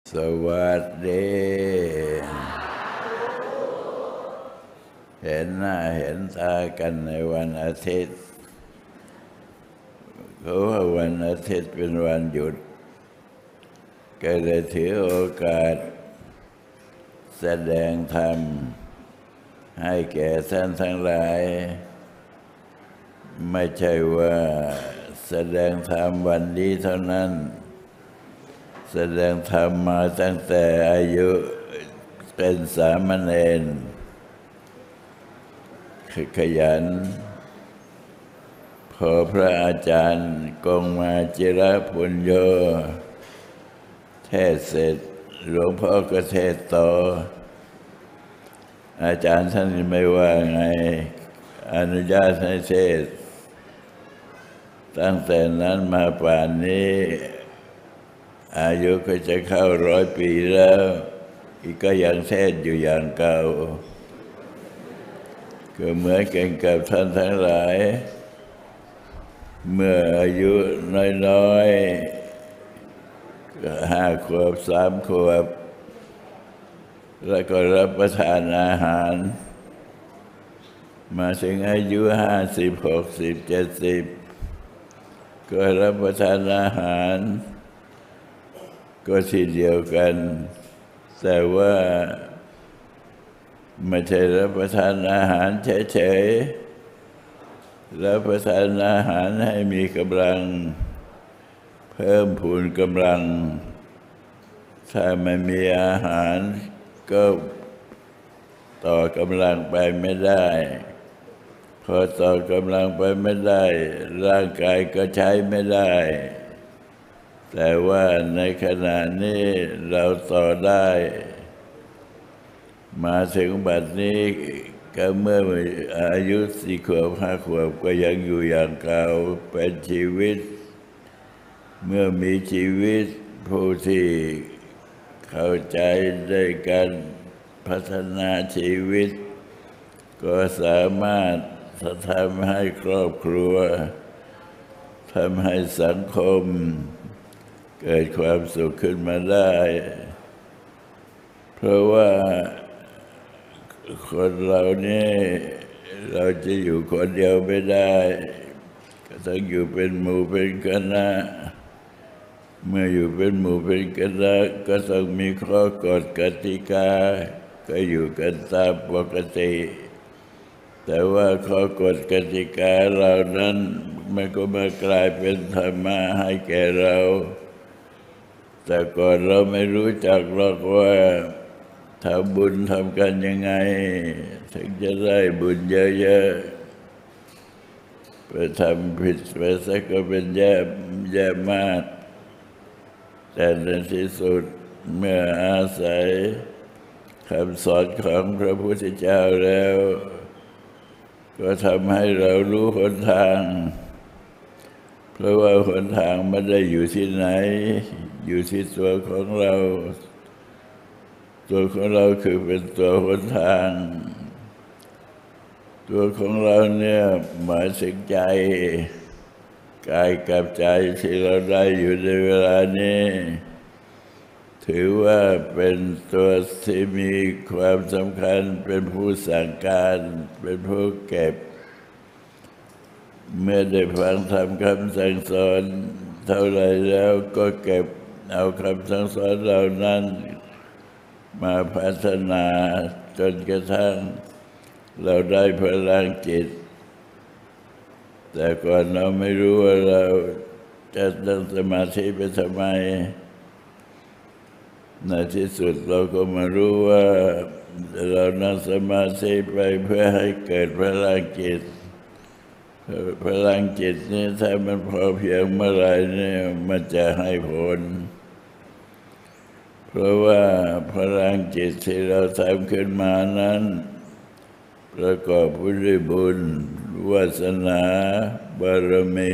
สวัสดีเห็นหน้าเห็นตากันในวันอาทิตย์เขาว่าวันอาทิตย์เป็นวันหยุดก็เลยถือโอกาสแสดงธรรมให้แก่ท่านทั้งหลายไม่ใช่ว่าแสดงธรรมวันนี้เท่านั้นแสดงธรรมมาตั้งแต่อายุเป็นสามเณรขยันพอพระอาจารย์กงมาจิรปุญโญเทศเสร็จหลวงพ่อก็เทศต่ออาจารย์ท่านไม่ว่าไงอนุญาตให้เทศตั้งแต่นั้นมาป่านนี้อายุก็จะเข้า100 ปีแล้วอีกก็ยังเทศอยู่อย่างเก่าก็เหมือนกันกับท่านทั้งหลายเมื่ออายุน้อยๆก็5 ขวบ3 ขวบแล้วก็รับประทานอาหารมาถึงอายุ50 60 70ก็รับประทานอาหารก็ทีเดียวกันแต่ว่าไม่ใช่รับประทานอาหารเฉยๆรับประทานอาหารให้มีกำลังเพิ่มพูนกำลังถ้าไม่มีอาหารก็ต่อกำลังไปไม่ได้พอต่อกำลังไปไม่ได้ร่างกายก็ใช้ไม่ได้แต่ว่าในขณะนี้เราต่อได้มาถึงบัดนี้ก็เมื่ออายุ4 ขวบ5 ขวบก็ยังอยู่อย่างเก่าเป็นชีวิตเมื่อมีชีวิตผู้ที่เข้าใจในการพัฒนาชีวิตก็สามารถทำให้ครอบครัวทำให้สังคมเกิดความสุขขึ้นมาได้เพราะว่าคนเรานี่เราจะอยู่คนเดียวไม่ได้ก็ต้องอยู่เป็นหมู่เป็นคณะเมื่ออยู่เป็นหมู่เป็นคณะก็ต้องมีข้อกฎกติกาก็อยู่กันตามปกติแต่ว่าข้อกฎกติกาเหล่านั้นมันก็มากลายเป็นธรรมะให้แก่เราแต่ก่อนเราไม่รู้จักหรอกว่าทำบุญทำกันยังไงถึงจะได้บุญเยอะๆไปทำผิดไปสักก็เป็นแย่มากแต่ในที่สุดเมื่ออาศัยคำสอนของพระพุทธเจ้าแล้วก็ทำให้เรารู้หนทางเพราะว่าหนทางไม่ได้อยู่ที่ไหนอยู่ที่ตัวของเราตัวของเราคือเป็นตัวหนทางตัวของเราเนี่ยหมายถึงใจกายกับใจที่เราได้อยู่ในเวลานี้ถือว่าเป็นตัวที่มีความสำคัญเป็นผู้สั่งการเป็นผู้เก็บเมื่อได้ฟังธรรมคำสั่งสอนเท่าไรแล้วก็เก็บเอาคำสั่งสอนเหล่านั้นมาพัฒนาจนกระทั่งเราได้พลังจิตแต่ก่อนเราไม่รู้ว่าเราจะนั่งสมาธิไปทำไมในที่สุดเราก็มารู้ว่าเรานั่งสมาธิไปเพื่อให้เกิดพลังจิตพลังจิตนี้ถ้ามันพอเพียงเมื่อไรเนี่ยมันจะให้ผลเพราะว่าพลังจิตที่เราทำขึ้นมานั้นประกอบด้วยบุญวาสนาบารมี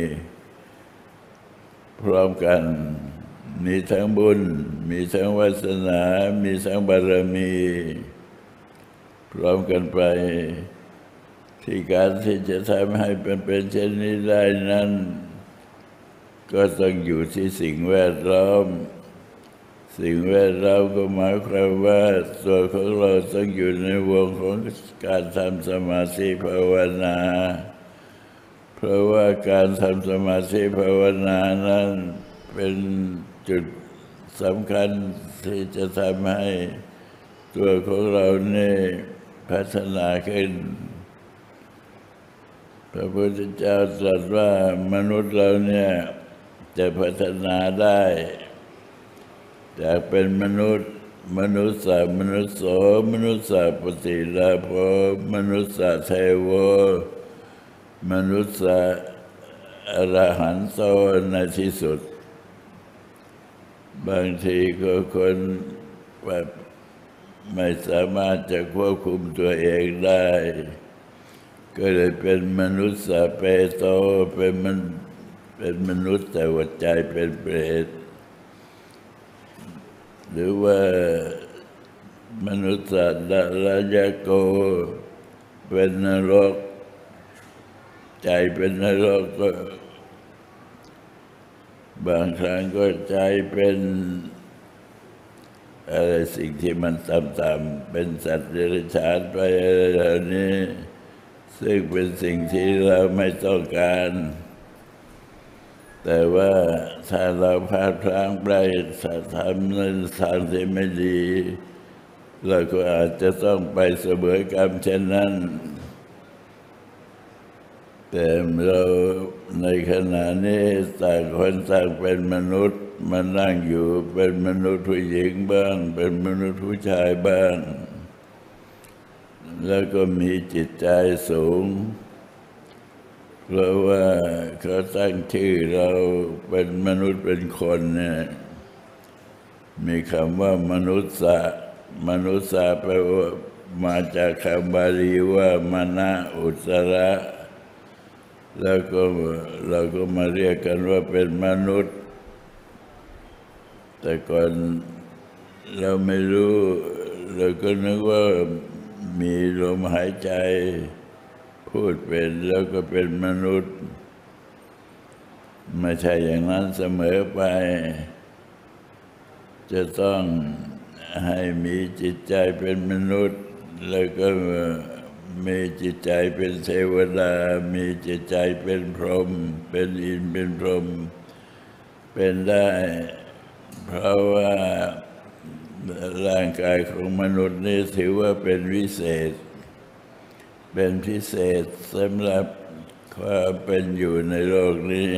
พร้อมกันมีทั้งบุญมีทั้งวาสนามีทั้งบารมีพร้อมกันไปที่การที่จะทำให้เป็นเช่นนี้ได้นั้นก็ต้องอยู่ที่สิ่งแวดล้อมสิ่งแวดล้อมก็หมายความว่าตัวของเราต้องอยู่ในวงของการทำสมาธิภาวนาเพราะว่าการทำสมาธิภาวนานั้นเป็นจุดสำคัญที่จะทำให้ตัวของเราเนี่ยพัฒนาขึ้นพระพุทธเจ้าตรัสว่ามนุษย์เราเนี่ยจะพัฒนาได้จากเป็นมนุษย์มนุษย์มนุษย์โสมนุษย์ปฏิลาภมนุษย์เทโวมนุษย์อรหันโตในที่สุดบางทีก็คนแบบไม่สามารถจะควบคุมตัวเองได้ก็เลยเป็นมนุษย์เปโตเป็นมนุษย์แต่ว่าใจเป็นเปรตหรือว่ามนุษย์ดารายโกเป็นนรกใจเป็นนรกก็บางครั้งก็ใจเป็นอะไรสิ่งที่มันต่ำๆเป็นสัตว์เดรัจฉานไปอะไรเหล่านี้ซึ่งเป็นสิ่งที่เราไม่ต้องการแต่ว่าถ้าเราพลาดพลั้งไปทำในทางที่ไม่ดีเราก็อาจจะต้องไปเสวยกรรมเช่นนั้นแต่เราในขณะนี้ต่างคนต่างเป็นมนุษย์มานั่งอยู่เป็นมนุษย์ผู้หญิงบ้างเป็นมนุษย์ผู้ชายบ้างแล้วก็มีจิตใจสูงเพราะว่าเขาตั้งชื่อเราเป็นมนุษย์เป็นคนเนี่ยมีคำว่ามนุษย์มนุษย์แปลว่ามาจากคำบาลีว่ามนะอุตสระแล้วก็เราก็มาเรียกกันว่าเป็นมนุษย์แต่ก่อนเราไม่รู้เราก็นึกว่ามีลมหายใจพูดเป็นแล้วก็เป็นมนุษย์ไม่ใช่อย่างนั้นเสมอไปจะต้องให้มีจิตใจเป็นมนุษย์แล้วก็มีจิตใจเป็นเทวดามีจิตใจเป็นพรหมเป็นอินทร์เป็นพรหมเป็นได้เพราะว่าร่างกายของมนุษย์นี่ถือว่าเป็นวิเศษเป็นพิเศษสำหรับความเป็นอยู่ในโลกนี้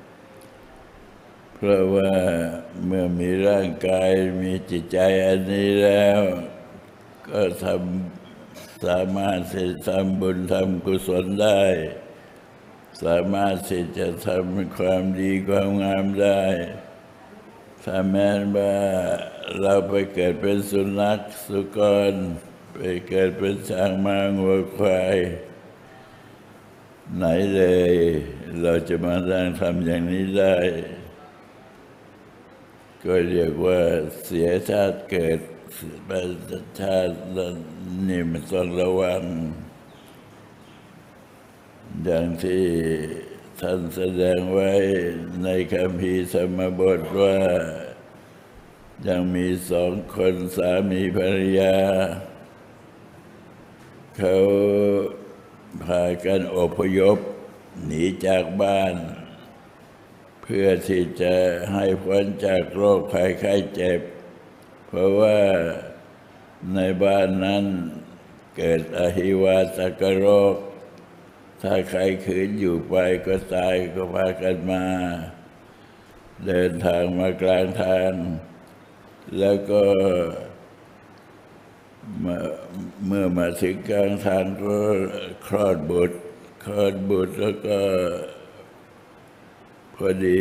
เพราะว่าเมื่อมีร่างกายมีจิตใจอันนี้แล้วก็สามารถที่จะทำบุญทำกุศลได้สามารถที่จะทำความดีความงามได้ถ้าแม้ว่าเราไปเกิดเป็นสุนัขสุกรไปเกิดเป็นช้างม้างัวควายไหนเลยเราจะมาร่างทำอย่างนี้ได้ก็เรียกว่าเสียชาติเกิดเป็นชาตินี่มันต้องระวังอย่างที่ท่านแสดงไว้ในคัมภีร์ธรรมบทว่ายังมี2 คนสามีภรรยาเขาพากันอพยพหนีจากบ้านเพื่อที่จะให้พ้นจากโรคภัยไข้เจ็บเพราะว่าในบ้านนั้นเกิดอหิวาตกโรคถ้าใครขืนอยู่ไปก็ตายก็พากันมาเดินทางมากลางทางแล้วก็เมื่อมาถึงกลางทางก็คลอดบุตรแล้วก็พอดี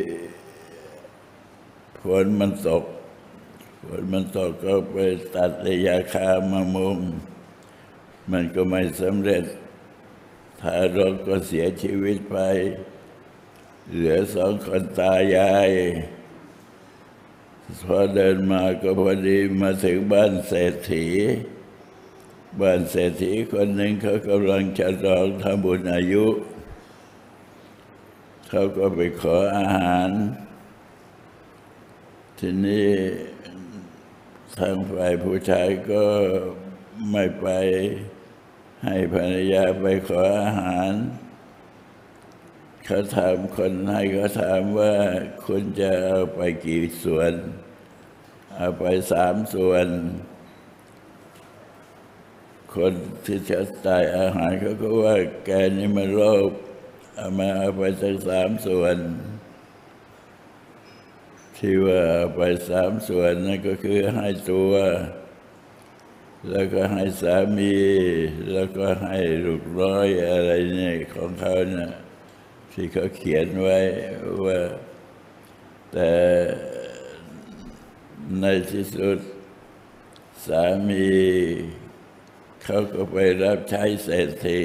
ฝนมันตกก็ไปตัดยาคามามุงมันก็ไม่สำเร็จทารกก็เสียชีวิตไปเหลือ2 คนตายายพอเดินมาก็พอดีมาถึงบ้านเศรษฐีคนหนึ่งเขากำลังจะลองทำบุญอายุเขาก็ไปขออาหารทีนี้ทางฝ่ายผู้ชายก็ไม่ไปให้ภรรยาไปขออาหารเขาถามคนให้เขาถามว่าคุณจะเอาไปกี่ส่วนเอาไป3 ส่วนคนที่จะจ่ายอาหารเขาก็ว่าแกนี่มันโลภเอาไปทั้ง3 ส่วนที่ว่าเอาไป3 ส่วนนั่นก็คือให้ตัวแล้วก็ให้สามีแล้วก็ให้ลูกน้อยอะไรเนี่ยของเขาเนี่ยที่เขาเขียนไว้ว่าแต่ในที่สุดสามีเขาก็ไปรับใช้เศรษฐี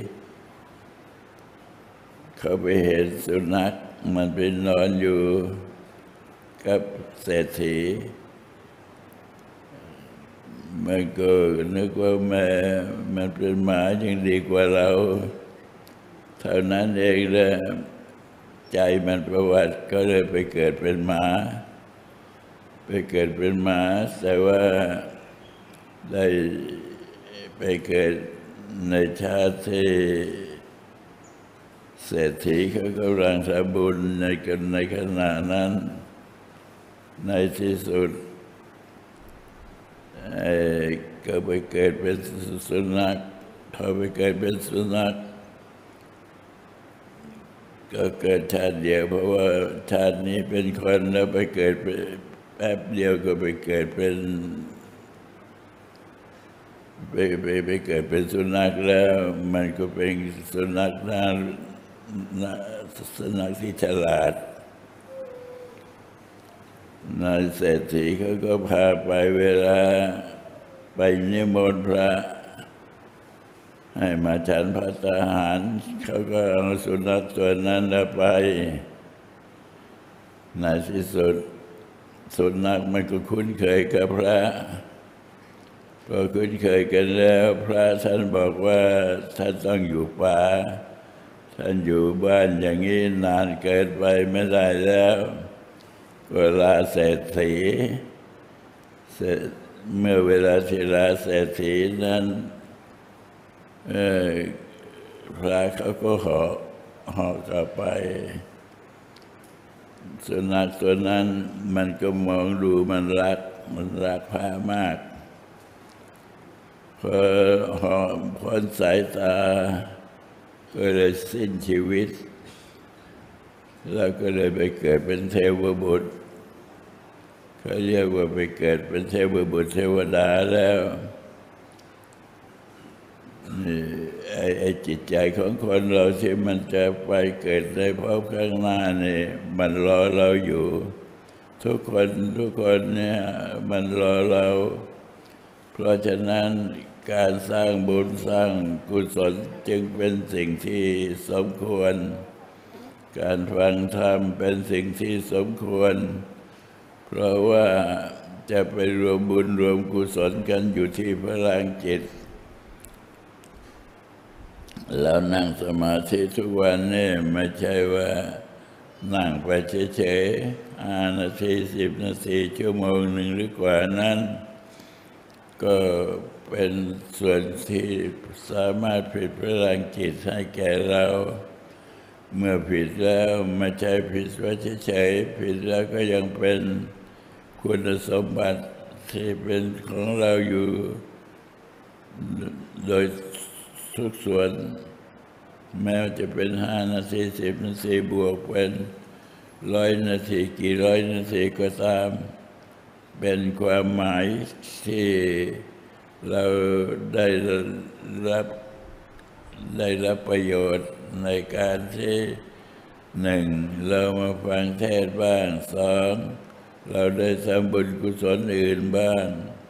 เขาไปเห็นสุนัขมันไปนอนอยู่กับเศรษฐีมันก็นึกว่ามันเป็นหมายังดีกว่าเราเท่านั้นเองแหละใจมันประวัติก็เลยไปเกิดเป็นหมาแต่ว่าได้ไปเกิดในชาติที่เศรษฐีเขากำลังทำบุญในขณะนั้นในที่สุดก็ไปเกิดเป็นสุนัขพอไปเกิดเป็นสุนัขก็เกิดชาติเดียวเพราะว่าชาตินี้เป็นคนแล้วไปเกิดแป๊บเดียวก็ไปเกิดเป็นไปเกิดเป็นสุนัขแล้วมันก็เป็นสุนัขที่ฉลาดนายเศรษฐีเขาก็พาไปเวลาไปนิมนต์พระให้มาฉันภัตตาหารเขาก็เอาสุนัขตัวนั้นไปในที่สุดสุนัขมันก็คุ้นเคยกับพระพอคุ้นเคยกันแล้วพระท่านบอกว่าท่านต้องอยู่ป่าท่านอยู่บ้านอย่างนี้นานเกินไปไม่ได้แล้วเวลาเศรษฐีเมื่อเวลาที่ลาเศรษฐีนั้นพระเขาก็ห่อกลับไปสุนัขตัวนั้นมันก็มองดูมันรักพระมากพอพ้นสายตาก็เลยสิ้นชีวิตแล้วก็เลยไปเกิดเป็นเทวบุตรเขาเรียกว่าไปเกิดเป็นเทวบุตรเทวดาแล้วนี่ไอ้จิตใจของคนเราที่มันจะไปเกิดในภพข้างหน้านี่มันรอเราอยู่ทุกคนเนี่ยมันรอเราเพราะฉะนั้นการสร้างบุญสร้างกุศลจึงเป็นสิ่งที่สมควรการฟังธรรมเป็นสิ่งที่สมควรเพราะว่าจะไปรวมบุญรวมกุศลกันอยู่ที่พลังจิตเรานั่งสมาธิทุกวันนี่ไม่ใช่ว่านั่งไปเฉยๆ5 นาที10 นาทีชั่วโมงหนึ่งหรือกว่านั้นก็เป็นส่วนที่สามารถผลิตพลังจิตให้แก่เราเมื่อผิดแล้วไม่ใช่ผิดว่าเฉยๆผิดแล้วก็ยังเป็นคุณสมบัติที่เป็นของเราอยู่โดยทุกส่วนแม้จะเป็น5 นาที10 นาทีบวกเป็น100 นาทีกี่100 นาทีก็ตามเป็นความหมายที่เราได้รับประโยชน์ในการที่1เรามาฟังเทศน์บ้าง2เราได้ทำบุญกุศลอื่นบ้าง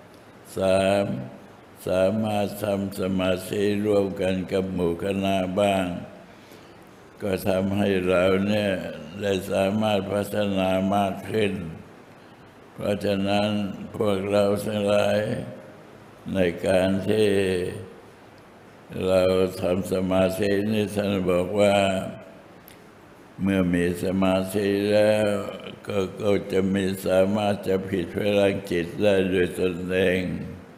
3สามารถทำสมาธิร่วมกันกับหมู่คณะบ้างก็ทำให้เราเนี่ยได้สามารถพัฒนามากขึ้นเพราะฉะนั้นพวกเราทั้งหลายในการที่เราทำสมาธินี่ท่านบอกว่าเมื่อมีสมาธิแล้วก็จะมีสามารถจะผิดพลังจิตได้ด้วยตนเอง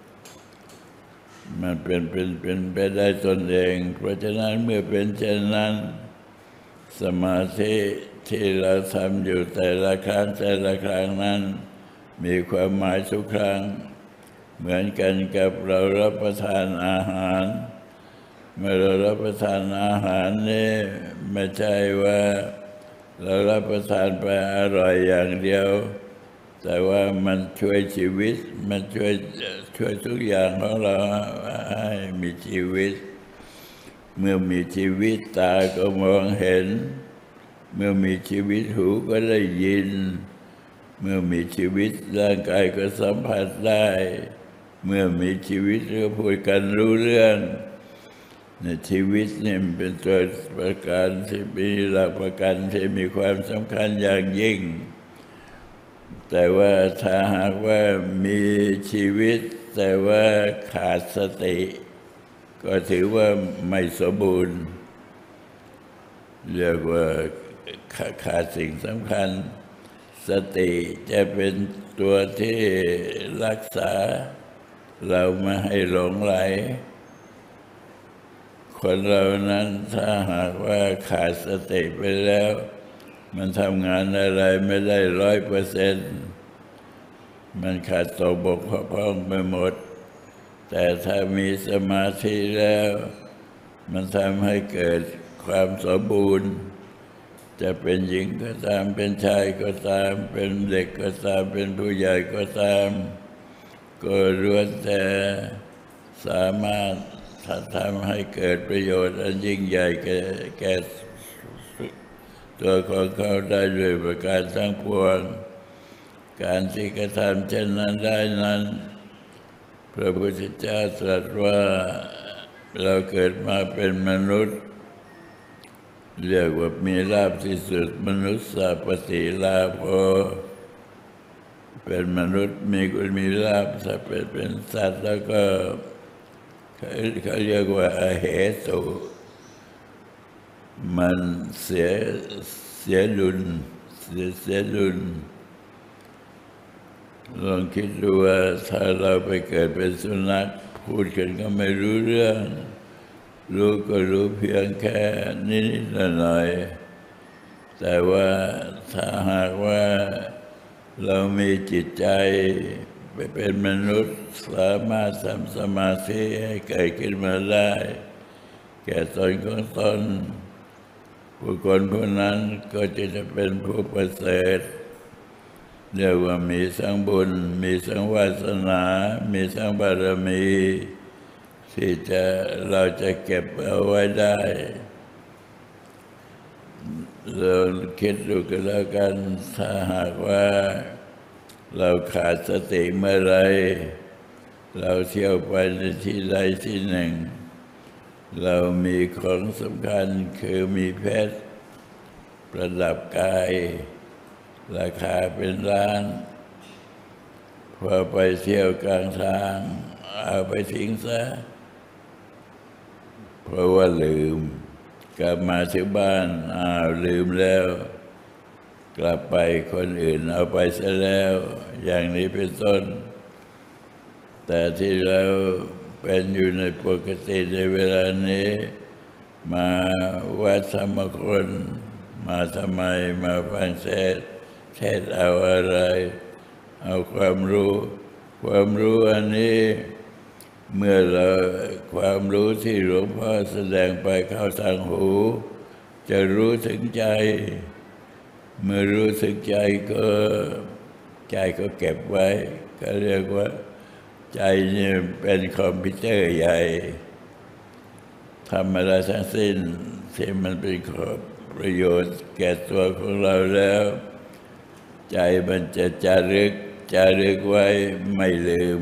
มันเป็นไปได้ตนเองเพราะฉะนั้นเมื่อเป็นเช่นนั้นสมาธิที่เราทำอยู่แต่ละครั้งนั้นมีความหมายทุกครั้งเหมือนกันกับเรารับประทานอาหารเมื่อเรารับประทานอาหารนี่ไม่ใช่ว่าเรารับประทานไปอร่อยอย่างเดียวแต่ว่ามันช่วยชีวิตมันช่วยทุกอย่างของเราให้มีชีวิตเมื่อมีชีวิตตาก็มองเห็นเมื่อมีชีวิตหูก็ได้ยินเมื่อมีชีวิตร่างกายก็สัมผัสได้เมื่อมีชีวิตก็พูดกันรู้เรื่องในชีวิตนี่เป็นตัวประกันที่มีหลักประกันที่มีความสำคัญอย่างยิ่งแต่ว่าถ้าหากว่ามีชีวิตแต่ว่าขาดสติก็ถือว่าไม่สมบูรณ์เรียกว่าขาดสิ่งสำคัญสติจะเป็นตัวที่รักษาเราไม่ให้หลงไหลคนเรานั้นถ้าหากว่าขาดสติไปแล้วมันทำงานอะไรไม่ได้100%มันขาดตกบกพร่องไปหมดแต่ถ้ามีสมาธิแล้วมันทำให้เกิดความสมบูรณ์จะเป็นหญิงก็ตามเป็นชายก็ตามเป็นเด็กก็ตามเป็นผู้ใหญ่ก็ตามก็ล้วนแต่สามารถทำให้เกิดประโยชน์อันยิ่งใหญ่แก่ตัวของเขาได้ด้วยประการทั้งปวงการที่กระทำเช่นนั้นได้นั้นพระพุทธเจ้าตรัสว่าเราเกิดมาเป็นมนุษย์เรียกว่ามีลาภที่สุดมนุษย์สัพพติลาภเป็นมนุษย์มีลาภถ้าเป็นสัตว์แล้วก็เขาเรียกว่าอเหตุมันเสียดุลลองคิดดูว่าถ้าเราไปเกิดเป็นสุนัขพูดกันก็ไม่รู้เรื่องรู้ก็รู้เพียงแค่นิดๆหน่อยๆแต่ว่าถ้าหากว่าเรามีจิตใจไปเป็นมนุษย์สามารถทำสมาธิให้เกิดขึ้นมาได้แก่ตนของตนบุคคลผู้นั้นก็จะเป็นผู้ประเสริฐเรียกว่ามีทั้งบุญมีทั้งวาสนามีทั้งบารมีที่เราจะเก็บเอาไว้ได้เราคิดดูกันแล้วกันถ้าหากว่าเราขาดสติเมื่อไรเราเที่ยวไปในที่ใดที่หนึ่งเรามีของสำคัญคือมีเพชรประดับกายราคาเป็นล้านพอไปเที่ยวกลางทางเอาไปทิ้งซะเพราะว่าลืมกลับมาถึงบ้านลืมแล้วกลับไปคนอื่นเอาไปซะแล้วอย่างนี้เป็นต้นแต่ที่เราเป็นอยู่ในปกติในเวลานี้มาวัดธรรมคุณมาทำไมมาฟังเทศเอาอะไรเอาความรู้อันนี้เมื่อเราความรู้ที่หลวงพ่อแสดงไปเข้าทางหูจะรู้ถึงใจเมื่อรู้ถึงใจก็เก็บไว้ก็เรียกว่าใจนี่เป็นคอมพิวเตอร์ใหญ่ทำอะไรทั้งสิ้นที่มันเป็นประโยชน์แก่ตัวของเราแล้วใจมันจะจารึกไว้ไม่ลืม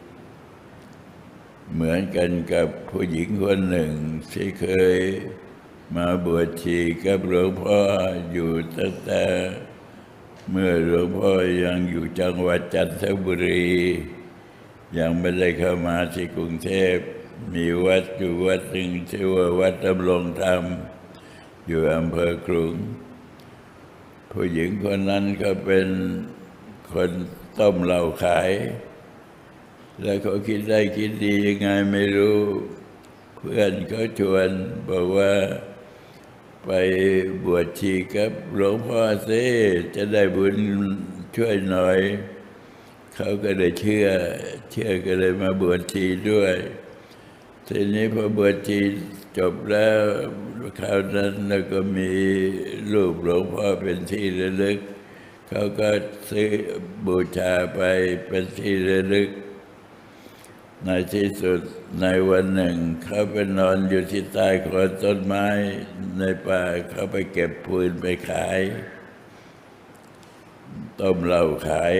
เหมือนกันกับผู้หญิงคนหนึ่งที่เคยมาบวชชีกับหลวงพ่ออยู่ตั้งแต่เมื่อหลวงพ่อยังอยู่จังหวัดจันทบุรียังไม่ได้เข้ามาที่กรุงเทพมีวัดอยู่วัดหนึ่งชื่อว่าวัดดำรงธรรมอยู่อำเภอขลุงผู้หญิงคนนั้นก็เป็นคนต้มเหล้าขายแล้วเขาคิดได้คิดดียังไงไม่รู้เพื่อนเขาชวนบอกว่าไปบวชชีกับหลวงพ่อสิจะได้บุญช่วยหน่อยเขาก็เลยเชื่อก็เลยมาบวชชีด้วยทีนี้พอบวชชีจบแล้วคราวนั้นแล้วก็มีรูปหลวงพ่อเป็นที่ระลึกเขาก็ซื้อบูชาไปเป็นที่ระลึกในที่สุดในวันหนึ่งเขาไปนอนอยู่ที่ใต้โคนต้นไม้ในป่าเขาไปเก็บฟืนไปขายต้มเหล้าขาย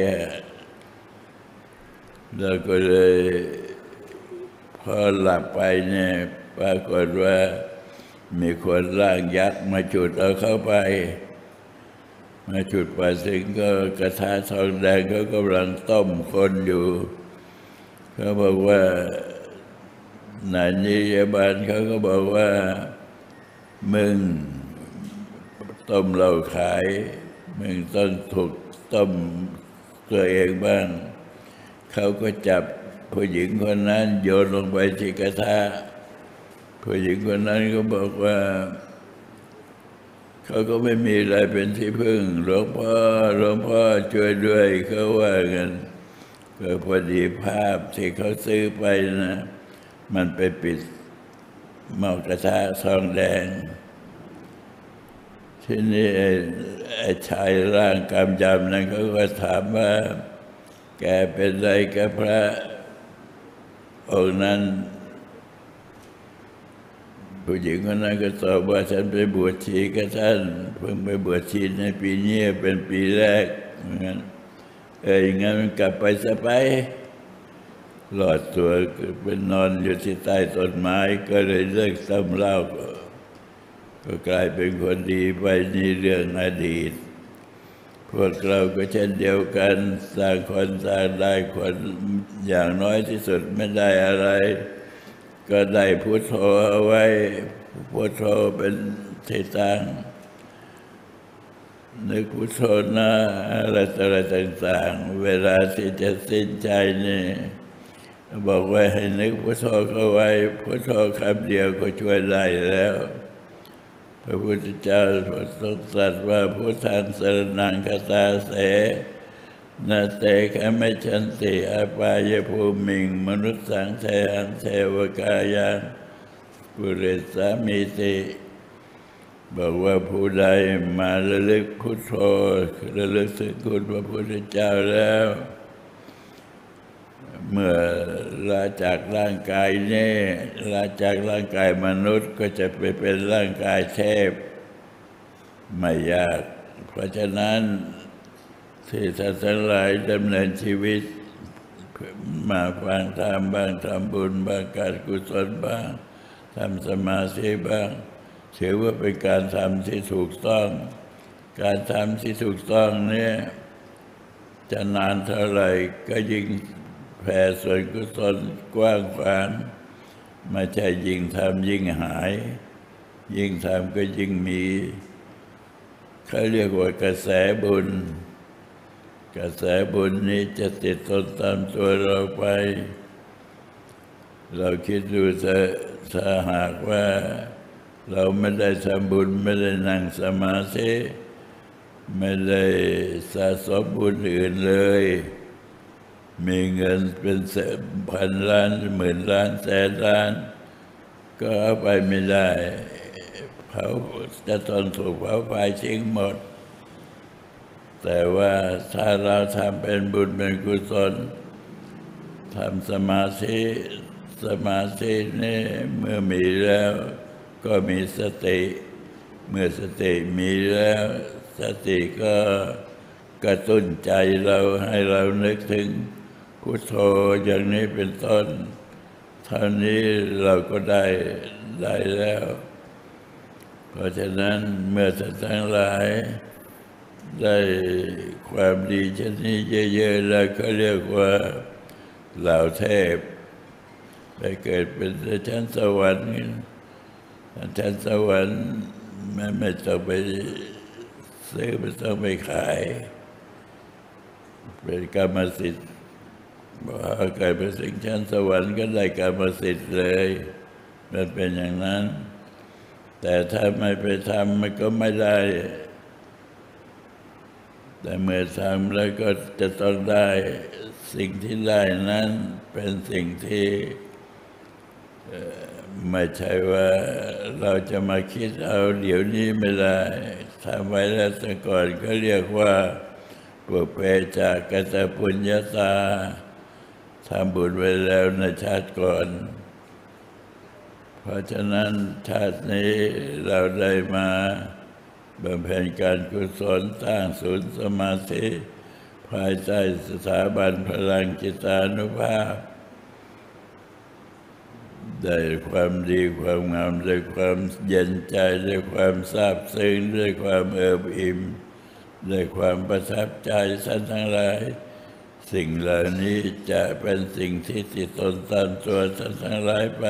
แล้วก็เลยพอหลับไปเนี่ยปรากฏว่ามีคนร่างยักษ์มาจุดเอาเข้าไปมาจุดไปถึงก็กระทะทองแดงเขากำลังต้มคนอยู่เขาบอกว่านายนิยบาลเขาก็บอกว่ามึงต้มเหล้าขายมึงต้องถูกต้มตัวเองบ้างเขาก็จับผู้หญิงคนนั้นโยนลงไปที่กระทะผู้หญิงคนนั้นก็บอกว่าเขาก็ไม่มีอะไรเป็นที่พึ่งหลวงพ่อช่วยด้วยเขาว่ากันก็พอดีภาพที่เขาซื้อไปนะมันไปปิดหม้อกระทะทองแดงทีนี้ไอ้ชายร่างกำยำนั้นเขาก็ถามว่าแกเป็นไรกับพระองค์นั้นผู้หญิงคนนั้นก็ตอบว่าฉันไปบวชชีกับท่านเพิ่งไปบวชชีในปีนี้เป็นปีแรกเหมือนกันอย่างงั้นมันกลับไปซะไปหลอดตัวเป็นนอนอยู่ที่ใต้ต้นไม้ก็เลยเลิกต้มเหล้าก็กลายเป็นคนดีไปนี่เรื่องอดีตพวกเราก็เช่นเดียวกันสร้างคนสร้างได้คนอย่างน้อยที่สุดไม่ได้อะไรก็ได้พุทโธเอาไว้พุทโธเป็นที่ตั้งนึกพุทโธนะอะไรต่างๆเวลาที่จะสิ้นใจนี่บอกไว้ให้นึกพุทโธเข้าไว้พุทโธคำเดียวก็ช่วยได้แล้วพระพุทธเจ้าทรงตรัสว่าพุทธังสรณังคัสสาเสนาเตขมิจฉันติอาปายภูมิงมนุสสังเทหังเทวกายังปุเรสามิติบอกว่าผู้ใดมาระลึกพุทโธระลึกถึงคุณพระพุทธเจ้าแล้วเมื่อลาจากร่างกายนี้ลาจากร่างกายมนุษย์ก็จะไปเป็นร่างกายเทพไม่ยากเพราะฉะนั้นที่ท่านทั้งหลายดำเนินชีวิตมาฟังธรรมบ้างทำบุญบ้างการกุศลบ้างทำสมาธิบ้างถือว่าเป็นการทำที่ถูกต้องการทำที่ถูกต้องเนี่ยจะนานเท่าไหร่ก็ยิ่งแผ่ส่วนกุศลกว้างขวางไม่ใช่ยิ่งทำยิ่งหายยิ่งทำก็ยิ่งมีเขาเรียกว่ากระแสบุญกระแสบุญนี้จะติดตนตามตัวเราไปเราคิดดูถ้าหากว่าเราไม่ได้ทำบุญไม่ได้นั่งสมาธิไม่ได้สะสมบุญอื่นเลยมีเงินเป็นพันล้านหมื่นล้านแสนล้านก็เอาไปไม่ได้เขาจะต้องถูกเผาไฟทิ้งหมดแต่ว่าถ้าเราทำเป็นบุญเป็นกุศลทำสมาธินี่เมื่อมีแล้วก็มีสติเมื่อสติมีแล้วสติก็กระตุ้นใจเราให้เรานึกถึงพุทโธอย่างนี้เป็นต้นเท่านี้เราก็ได้แล้ว เพราะฉะนั้นเมื่อท่านทั้งหลายได้ความดีเช่นนี้เยอะๆแล้วก็เรียกว่าเหล่าเทพไปเกิดเป็นชั้นสวรรค์ชั้นสวรรค์ไม่ต้องไปซื้อไม่ต้องไปขายเป็นกรรมสิทธิ์ว่าใครไปถึงชั้นสวรรค์ก็ได้กรรมสิทธิ์เลยมันเป็นอย่างนั้น แต่ถ้าไม่ไปทำมันก็ไม่ได้ แต่เมื่อทำแล้วก็จะต้องได้สิ่งที่ได้นั้นเป็นสิ่งที่ไม่ใช่ว่าเราจะมาคิดเอาเดี๋ยวนี้ไม่ได้ทำไว้แล้วแต่ก่อนก็เรียกว่าปุเพจากกตปุญญาตาทำบุญไว้แล้วในชาติก่อนเพราะฉะนั้นชาตินี้เราได้มาบำเพ็ญการกุศลสร้างศูนย์สมาธิภายใต้สถาบันพลังจิตานุภาพได้ความดีความงามได้ความเย็นใจได้ความซาบซึ้งได้ความเอิบอิ่มได้ความประทับใจท่านทั้งหลายสิ่งเหล่านี้จะเป็นสิ่งที่ติดตนตามตัวท่านทั้งหลายไป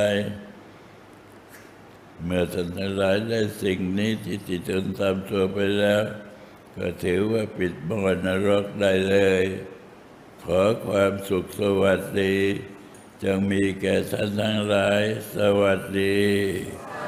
เมื่อท่านทั้งหลายได้สิ่งนี้ที่ติดตนตามตัวไปแล้วก็ถือว่าปิดบ่อนรกได้เลยขอความสุขสวัสดีจงมีแก่ท่านทั้งหลายสวัสดี